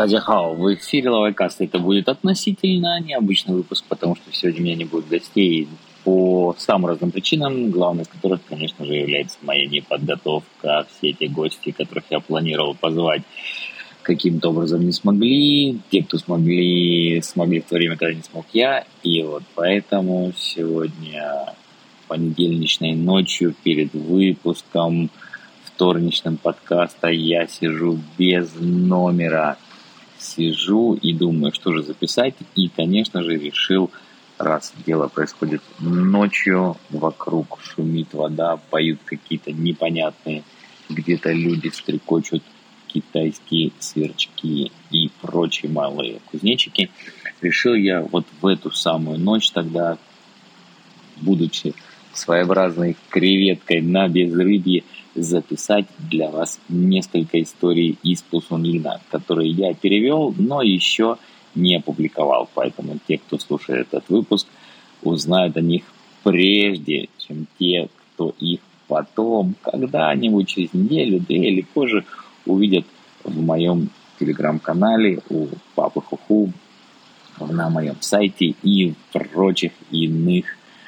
Тадзяхао, в эфире Лавайкаст. Это будет относительно необычный выпуск, потому что сегодня у меня не будет гостей по самым разным причинам, главной из которых, конечно же, является моя неподготовка. Все те гости, которых я планировал позвать, каким-то образом не смогли. Те, кто смогли в то время, когда не смог я. И вот поэтому сегодня понедельничной ночью перед выпуском вторничным подкаста я сижу без номера. Сижу и думаю, что же записать. И, конечно же, решил, раз дело происходит ночью, вокруг шумит вода, поют какие-то непонятные, где-то люди стрекочут китайские сверчки и прочие малые кузнечики. Решил я вот в эту самую ночь тогда, будучи своеобразной креветкой на безрыбье, записать для вас несколько историй из Пусунлина, которые я перевел, но еще не опубликовал. Поэтому те, кто слушает этот выпуск, узнают о них прежде, чем те, кто их потом, когда-нибудь через неделю, 2 или позже, увидят в моем телеграм-канале, у Папы Хуху, на моем сайте и в прочих иных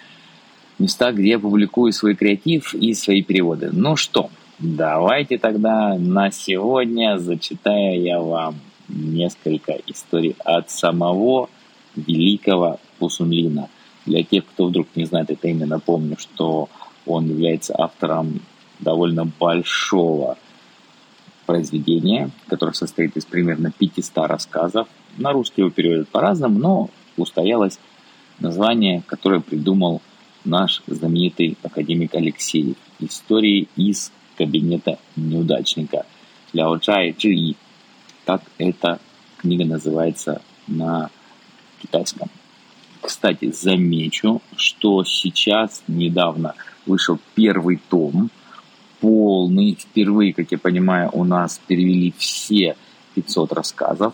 местах, где я публикую свой креатив и свои переводы. Ну что, давайте тогда на сегодня зачитаю я вам несколько историй от самого великого Пусунлина. Для тех, кто вдруг не знает это имя, напомню, что он является автором довольно большого произведения, которое состоит из примерно 500 рассказов. На русский его переводят по-разному, но устоялось название, которое придумал наш знаменитый академик Алексеев. Истории из кабинета неудачника. Ляо Чай Чжи. Так эта книга называется на китайском. Кстати, замечу, что сейчас недавно вышел первый том, полный. Впервые, как я понимаю, у нас перевели все 500 рассказов.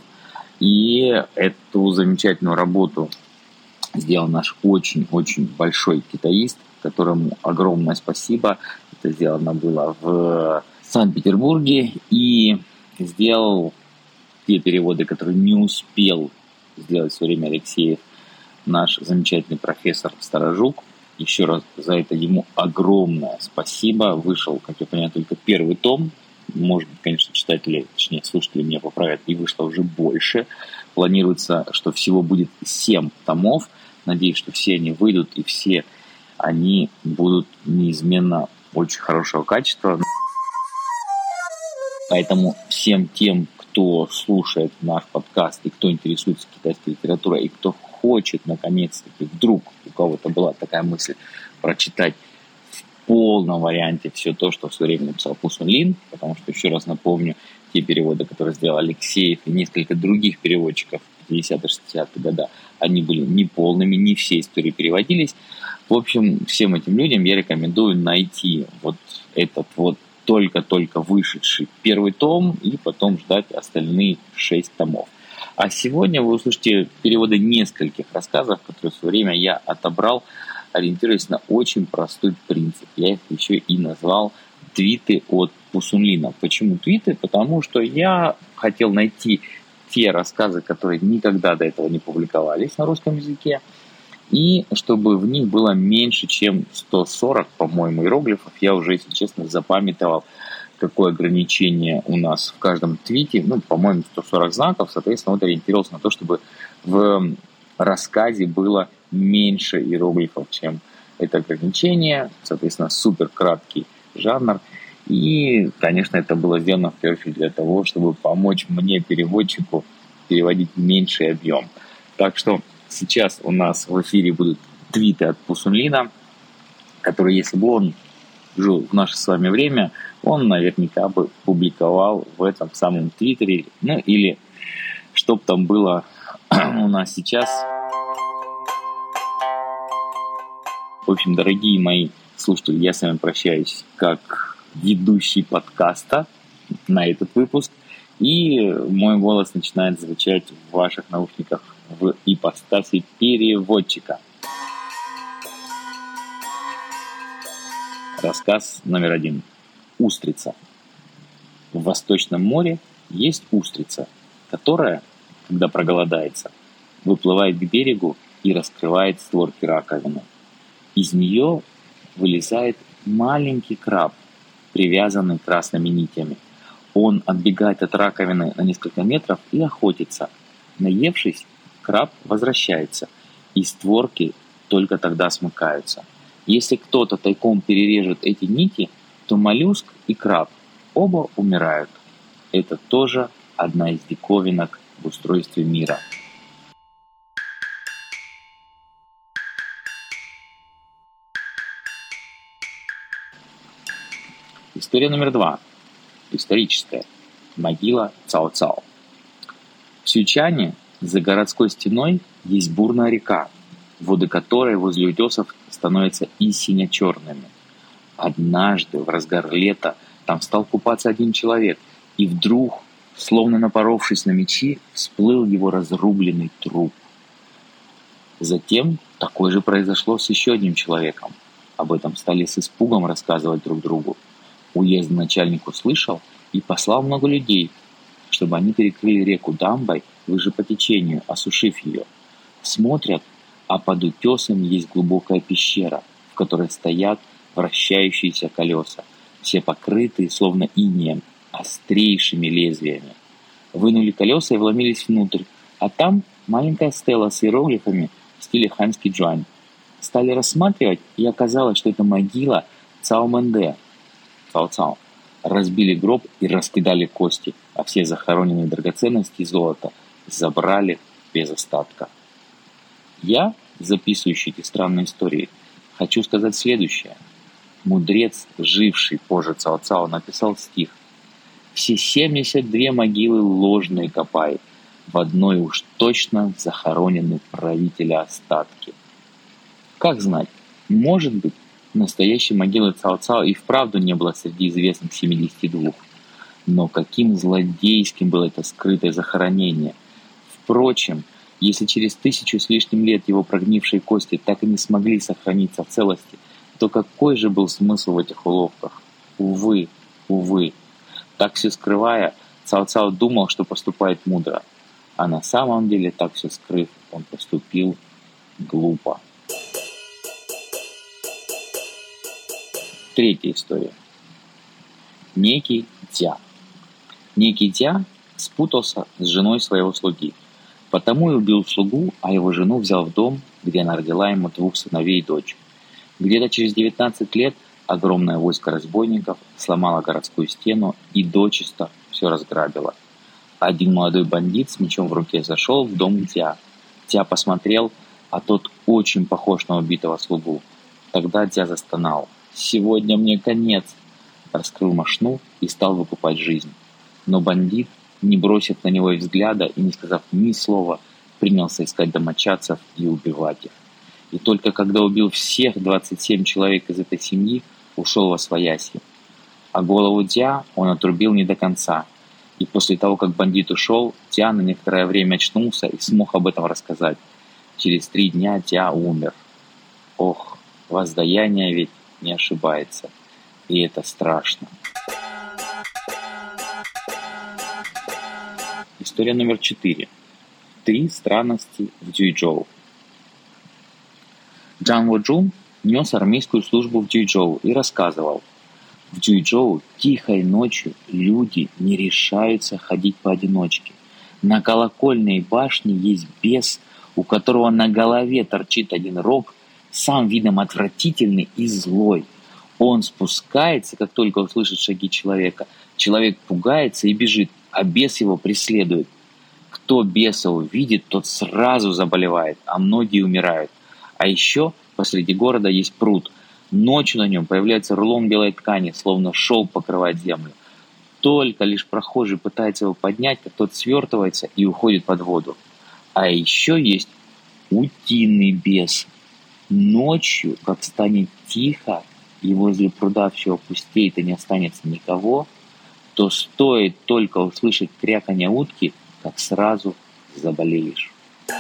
И эту замечательную работу сделал наш очень-очень большой китаист, которому огромное спасибо. Это сделано было в Санкт-Петербурге. И сделал те переводы, которые не успел сделать в свое время Алексеев, наш замечательный профессор Старожук. Еще раз за это ему огромное спасибо. Вышел, как я понимаю, только первый том. Может быть, конечно, читатели, точнее, слушатели меня поправят, и вышло уже больше. Планируется, что всего будет 7 томов. Надеюсь, что все они выйдут, и все они будут неизменно очень хорошего качества. Поэтому всем тем, кто слушает наш подкаст, и кто интересуется китайской литературой, и кто хочет, наконец-таки, вдруг у кого-то была такая мысль прочитать в полном варианте все то, что в свое время написал Пусунлин, потому что, еще раз напомню, те переводы, которые сделал Алексеев и несколько других переводчиков в 50-60-е годы, они были неполными, не все истории переводились. В общем, всем этим людям я рекомендую найти вот этот вот только-только вышедший первый том и потом ждать остальные 6 томов. А сегодня вы услышите переводы нескольких рассказов, которые в свое время я отобрал, ориентируясь на очень простой принцип. Я их еще и назвал «Твиты от Пусунлина». Почему твиты? Потому что я хотел найти те рассказы, которые никогда до этого не публиковались на русском языке, и чтобы в них было меньше, чем 140, по-моему, иероглифов. Я уже, если честно, запамятовал, какое ограничение у нас в каждом твите. По-моему, 140 знаков. Соответственно, вот ориентировался на то, чтобы в рассказе было меньше иероглифов, чем это ограничение. Соответственно, супер краткий жанр. И, конечно, это было сделано в первую очередь для того, чтобы помочь мне, переводчику, переводить меньший объем. Так что сейчас у нас в эфире будут твиты от Пусунлина, которые, если бы он жил в наше с вами время, он наверняка бы публиковал в этом самом твиттере, или чтоб там было у нас сейчас. В общем, дорогие мои слушатели, я с вами прощаюсь как ведущий подкаста на этот выпуск, и мой голос начинает звучать в ваших наушниках в ипостаси переводчика. Рассказ номер 1. Устрица. В Восточном море есть устрица. которая, когда проголодается, выплывает к берегу и раскрывает створки раковины. Из нее вылезает маленький краб, привязанный красными нитями. Он отбегает от раковины на несколько метров и охотится. Наевшись, краб возвращается, и створки только тогда смыкаются. Если кто-то тайком перережет эти нити, то моллюск и краб оба умирают. Это тоже одна из диковинок в устройстве мира. История номер 2. Историческая. Могила Цао-Цао. В Сюйчане за городской стеной есть бурная река, воды которой возле утесов становятся и сине-черными. Однажды в разгар лета там стал купаться один человек, и вдруг, словно напоровшись на мечи, всплыл его разрубленный труп. Затем такое же произошло с еще одним человеком. Об этом стали с испугом рассказывать друг другу. Уездный начальник услышал и послал много людей, чтобы они перекрыли реку дамбой выше по течению, осушив ее. Смотрят, а под утесом есть глубокая пещера, в которой стоят вращающиеся колеса, все покрытые, словно инеем, острейшими лезвиями. Вынули колеса и вломились внутрь, а там маленькая стела с иероглифами в стиле ханьский джуань. Стали рассматривать, и оказалось, что это могила Цао Мэнде, Цао-Цао. Разбили гроб и раскидали кости, а все захороненные драгоценности и золото забрали без остатка. Я, записывающий эти странные истории, хочу сказать следующее. Мудрец, живший позже Цао-Цао, написал стих. «Все 72 могилы ложные копай, в одной уж точно захоронены правителя остатки». Как знать, может быть, настоящей могилы Цао-Цао и вправду не было среди известных 72. Но каким злодейским было это скрытое захоронение. Впрочем, если через 1000 с лишним лет его прогнившие кости так и не смогли сохраниться в целости, то какой же был смысл в этих уловках? Увы, увы. Так все скрывая, Цао-Цао думал, что поступает мудро. А на самом деле, так все скрыв, он поступил глупо. Третья история. Некий Дзя. Некий Дзя спутался с женой своего слуги. Потому и убил слугу, а его жену взял в дом, где она родила ему 2 сыновей и дочь. Где-то через 19 лет огромное войско разбойников сломало городскую стену и дочисто все разграбило. Один молодой бандит с мечом в руке зашел в дом Дзя. Дзя посмотрел, а тот очень похож на убитого слугу. Тогда Дзя застонал. «Сегодня мне конец!» Раскрыл мошну и стал выкупать жизнь. Но бандит, не бросив на него и взгляда и не сказав ни слова, принялся искать домочадцев и убивать их. И только когда убил всех 27 человек из этой семьи, ушел восвояси. А голову Дзя он отрубил не до конца. И после того, как бандит ушел, Дзя на некоторое время очнулся и смог об этом рассказать. Через 3 дня Дзя умер. Ох, воздаяние ведь не ошибается. И это страшно. История номер 4. 3 странности в Цзюйчжоу. Джан Воджун нес армейскую службу в Цзюйчжоу и рассказывал. В Цзюйчжоу тихой ночью люди не решаются ходить поодиночке. На колокольной башне есть бес, у которого на голове торчит один рог, сам видом отвратительный и злой. Он спускается, как только услышит шаги человека. Человек пугается и бежит, а бес его преследует. Кто беса увидит, тот сразу заболевает, а многие умирают. А еще посреди города есть пруд. Ночью на нем появляется рулон белой ткани, словно шелк покрывает землю. Только лишь прохожий пытается его поднять, как тот свертывается и уходит под воду. А еще есть утиный бес. Ночью, как станет тихо, и возле пруда все опустеет и не останется никого, то стоит только услышать кряканье утки, как сразу заболеешь.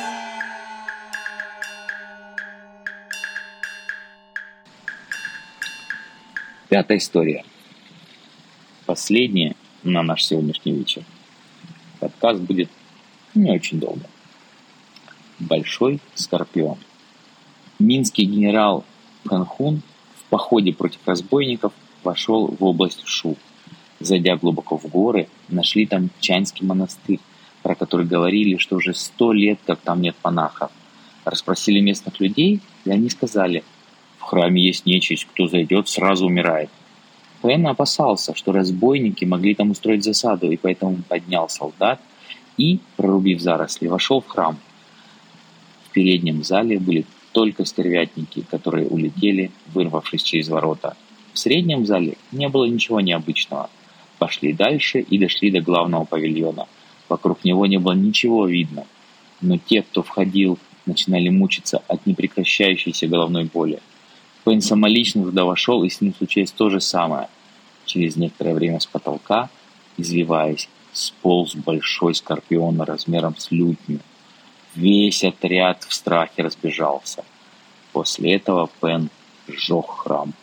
Пятая история. Последняя на наш сегодняшний вечер. Подкаст будет Не очень долго. Большой скорпион. Минский генерал Пхан в походе против разбойников вошел в область Шу. Зайдя глубоко в горы, нашли там Чанский монастырь, про который говорили, что уже 100 лет, как там нет монахов. Расспросили местных людей, и они сказали: в храме есть нечисть, кто зайдет, сразу умирает. Пэн опасался, что разбойники могли там устроить засаду, и поэтому поднял солдат и, прорубив заросли, вошел в храм. В переднем зале были только стервятники, которые улетели, вырвавшись через ворота. В среднем зале не было ничего необычного. Пошли дальше и дошли до главного павильона. Вокруг него не было ничего видно. Но те, кто входил, начинали мучиться от непрекращающейся головной боли. Пэн самолично туда вошел, и с ним случилось то же самое. Через некоторое время с потолка, извиваясь, сполз большой скорпион размером с лютню. Весь отряд в страхе разбежался. После этого Пэн сжег храм.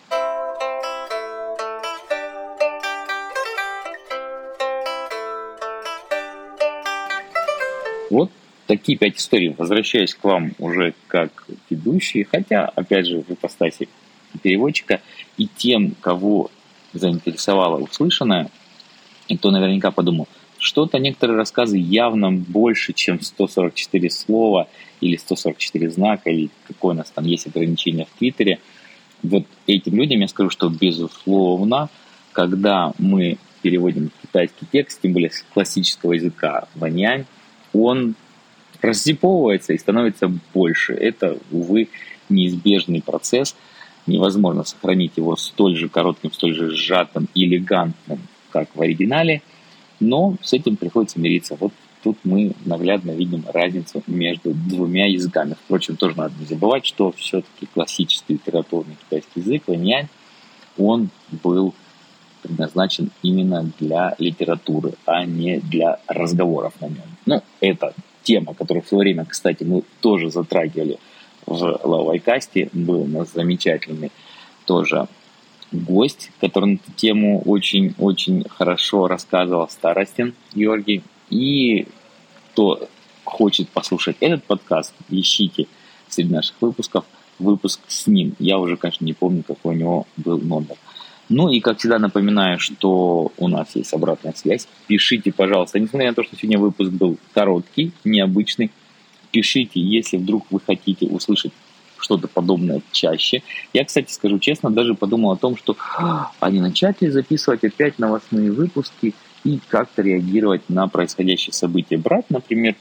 Вот такие 5 историй. Возвращаюсь к вам уже как ведущий, хотя, опять же, в ипостаси переводчика. И тем, кого заинтересовало услышанное, и кто наверняка подумал, что-то некоторые рассказы явно больше, чем 144 слова или 144 знака, или какое у нас там есть ограничение в Твиттере. Вот этим людям я скажу, что безусловно, когда мы переводим китайский текст, тем более с классического языка ваньянь, он рассиповывается и становится больше. Это, увы, неизбежный процесс. Невозможно сохранить его столь же коротким, столь же сжатым и элегантным, как в оригинале, но с этим приходится мириться. Вот тут мы наглядно видим разницу между двумя языками. Впрочем, тоже надо не забывать, что все-таки классический литературный китайский язык, ваньянь, он был предназначен именно для литературы, а не для разговоров на нем. Ну, это тема, которую в свое время, кстати, мы тоже затрагивали в Лавайкасте. Был у нас замечательный тоже гость, который на эту тему очень-очень хорошо рассказывал, Старостин Георгий. И кто хочет послушать этот подкаст, ищите среди наших выпусков выпуск с ним. Я уже, конечно, не помню, какой у него был номер. Ну и, как всегда, напоминаю, что у нас есть обратная связь. Пишите, пожалуйста, несмотря на то, что сегодня выпуск был короткий, необычный, пишите, если вдруг вы хотите услышать что-то подобное чаще. Я, кстати, скажу честно, даже подумал о том, что они начать ли записывать опять новостные выпуски и как-то реагировать на происходящие события. Брать, например,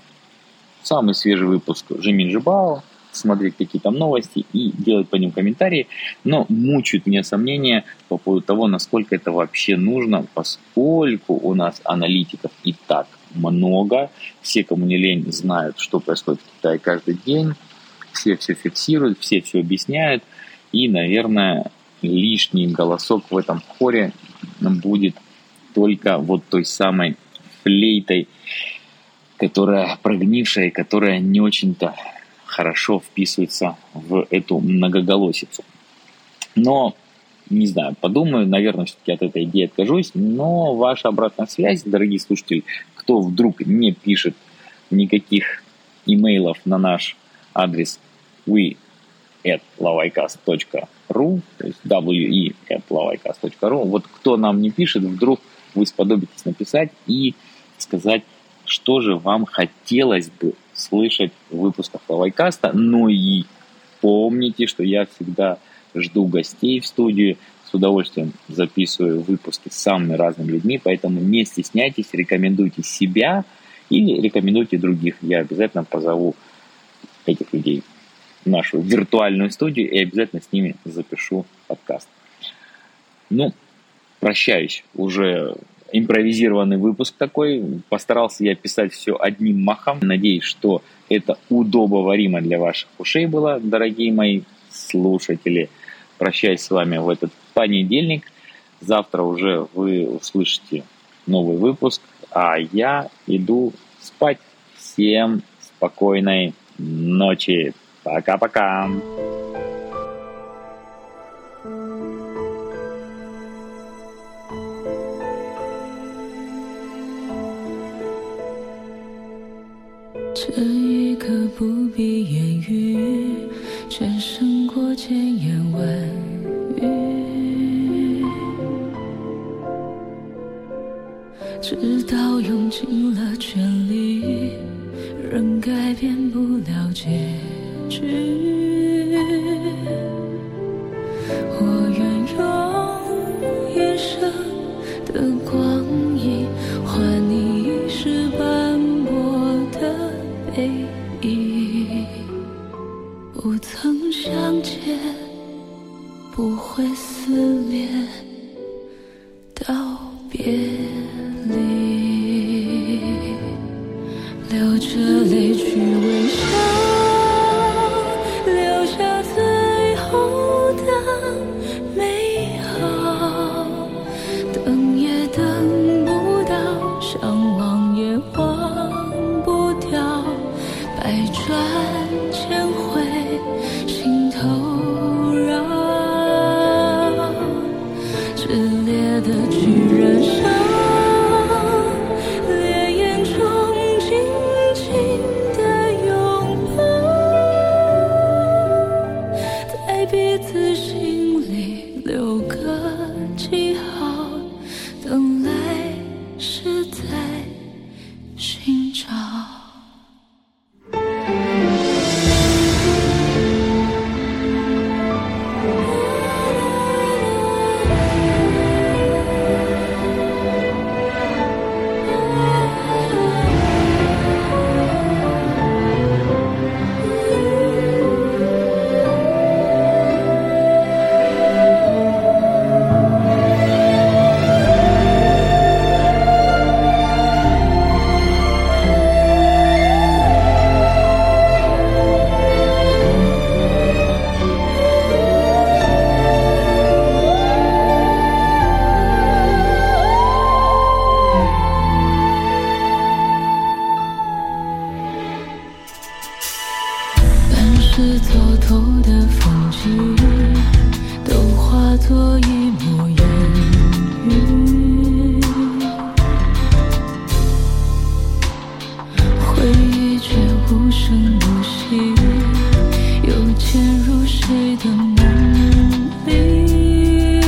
самый свежий выпуск Жемин Жибао, смотреть какие там новости и делать по ним комментарии, но мучают меня сомнения по поводу того, насколько это вообще нужно, поскольку у нас аналитиков и так много, все, кому не лень, знают, что происходит в Китае каждый день, все фиксируют, все объясняют, и, наверное, лишний голосок в этом хоре будет только вот той самой флейтой, которая прогнившая и которая не очень-то хорошо вписывается в эту многоголосицу. Но, не знаю, подумаю, наверное, все-таки от этой идеи откажусь, но ваша обратная связь, дорогие слушатели, кто вдруг не пишет никаких имейлов на наш адрес we@lavaycast.ru, то есть we@lavaycast.ru, вот кто нам не пишет, вдруг вы сподобитесь написать и сказать, что же вам хотелось бы слышать в выпусках Лавайкаста. Ну и помните, что я всегда жду гостей в студию, с удовольствием записываю выпуски с самыми разными людьми, поэтому не стесняйтесь, рекомендуйте себя или рекомендуйте других. Я обязательно позову этих людей в нашу виртуальную студию и обязательно с ними запишу подкаст. Ну, прощаюсь, уже импровизированный выпуск такой. Постарался я писать все одним махом. Надеюсь, что это удобоваримо для ваших ушей было, дорогие мои слушатели. Прощаюсь с вами в этот понедельник. Завтра уже вы услышите новый выпуск, а я иду спать. Всем спокойной ночи. Пока-пока. 不必言语，战胜过千言万语，直到用尽了全力，仍改变不了结局。我愿用一生的光阴换你一世斑驳的背影，不曾相见，不会思念，道别离，流着泪去微笑，留下最后的美好，等也等不到，想忘也忘不掉，百转千回心头绕，炽烈的去燃烧，烈焰中静静的拥抱，在彼此心里留个记号，等来世再寻找。是走透的风景，都化作一抹烟云，回忆却无声无息，又潜入谁的梦里。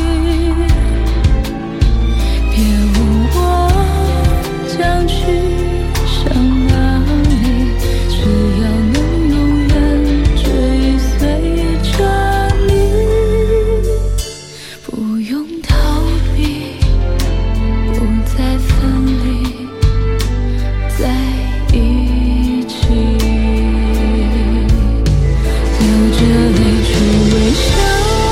别问我将去向哪里，只要能永远追随着你，不用逃避，不再分离，在一起，流着泪去微笑，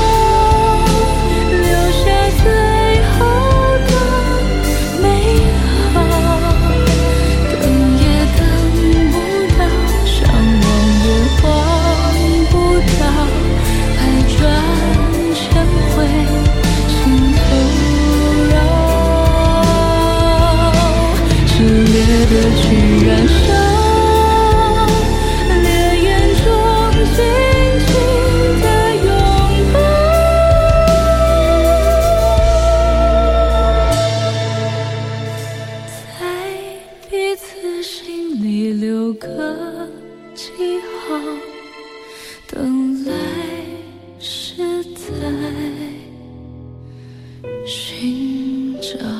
留下最后的美好，等也等不到，想忘也忘不掉，百转千回心头绕，炽烈的去燃烧，烈焰中静静的拥抱，在彼此心里留个记号，等来世再寻找。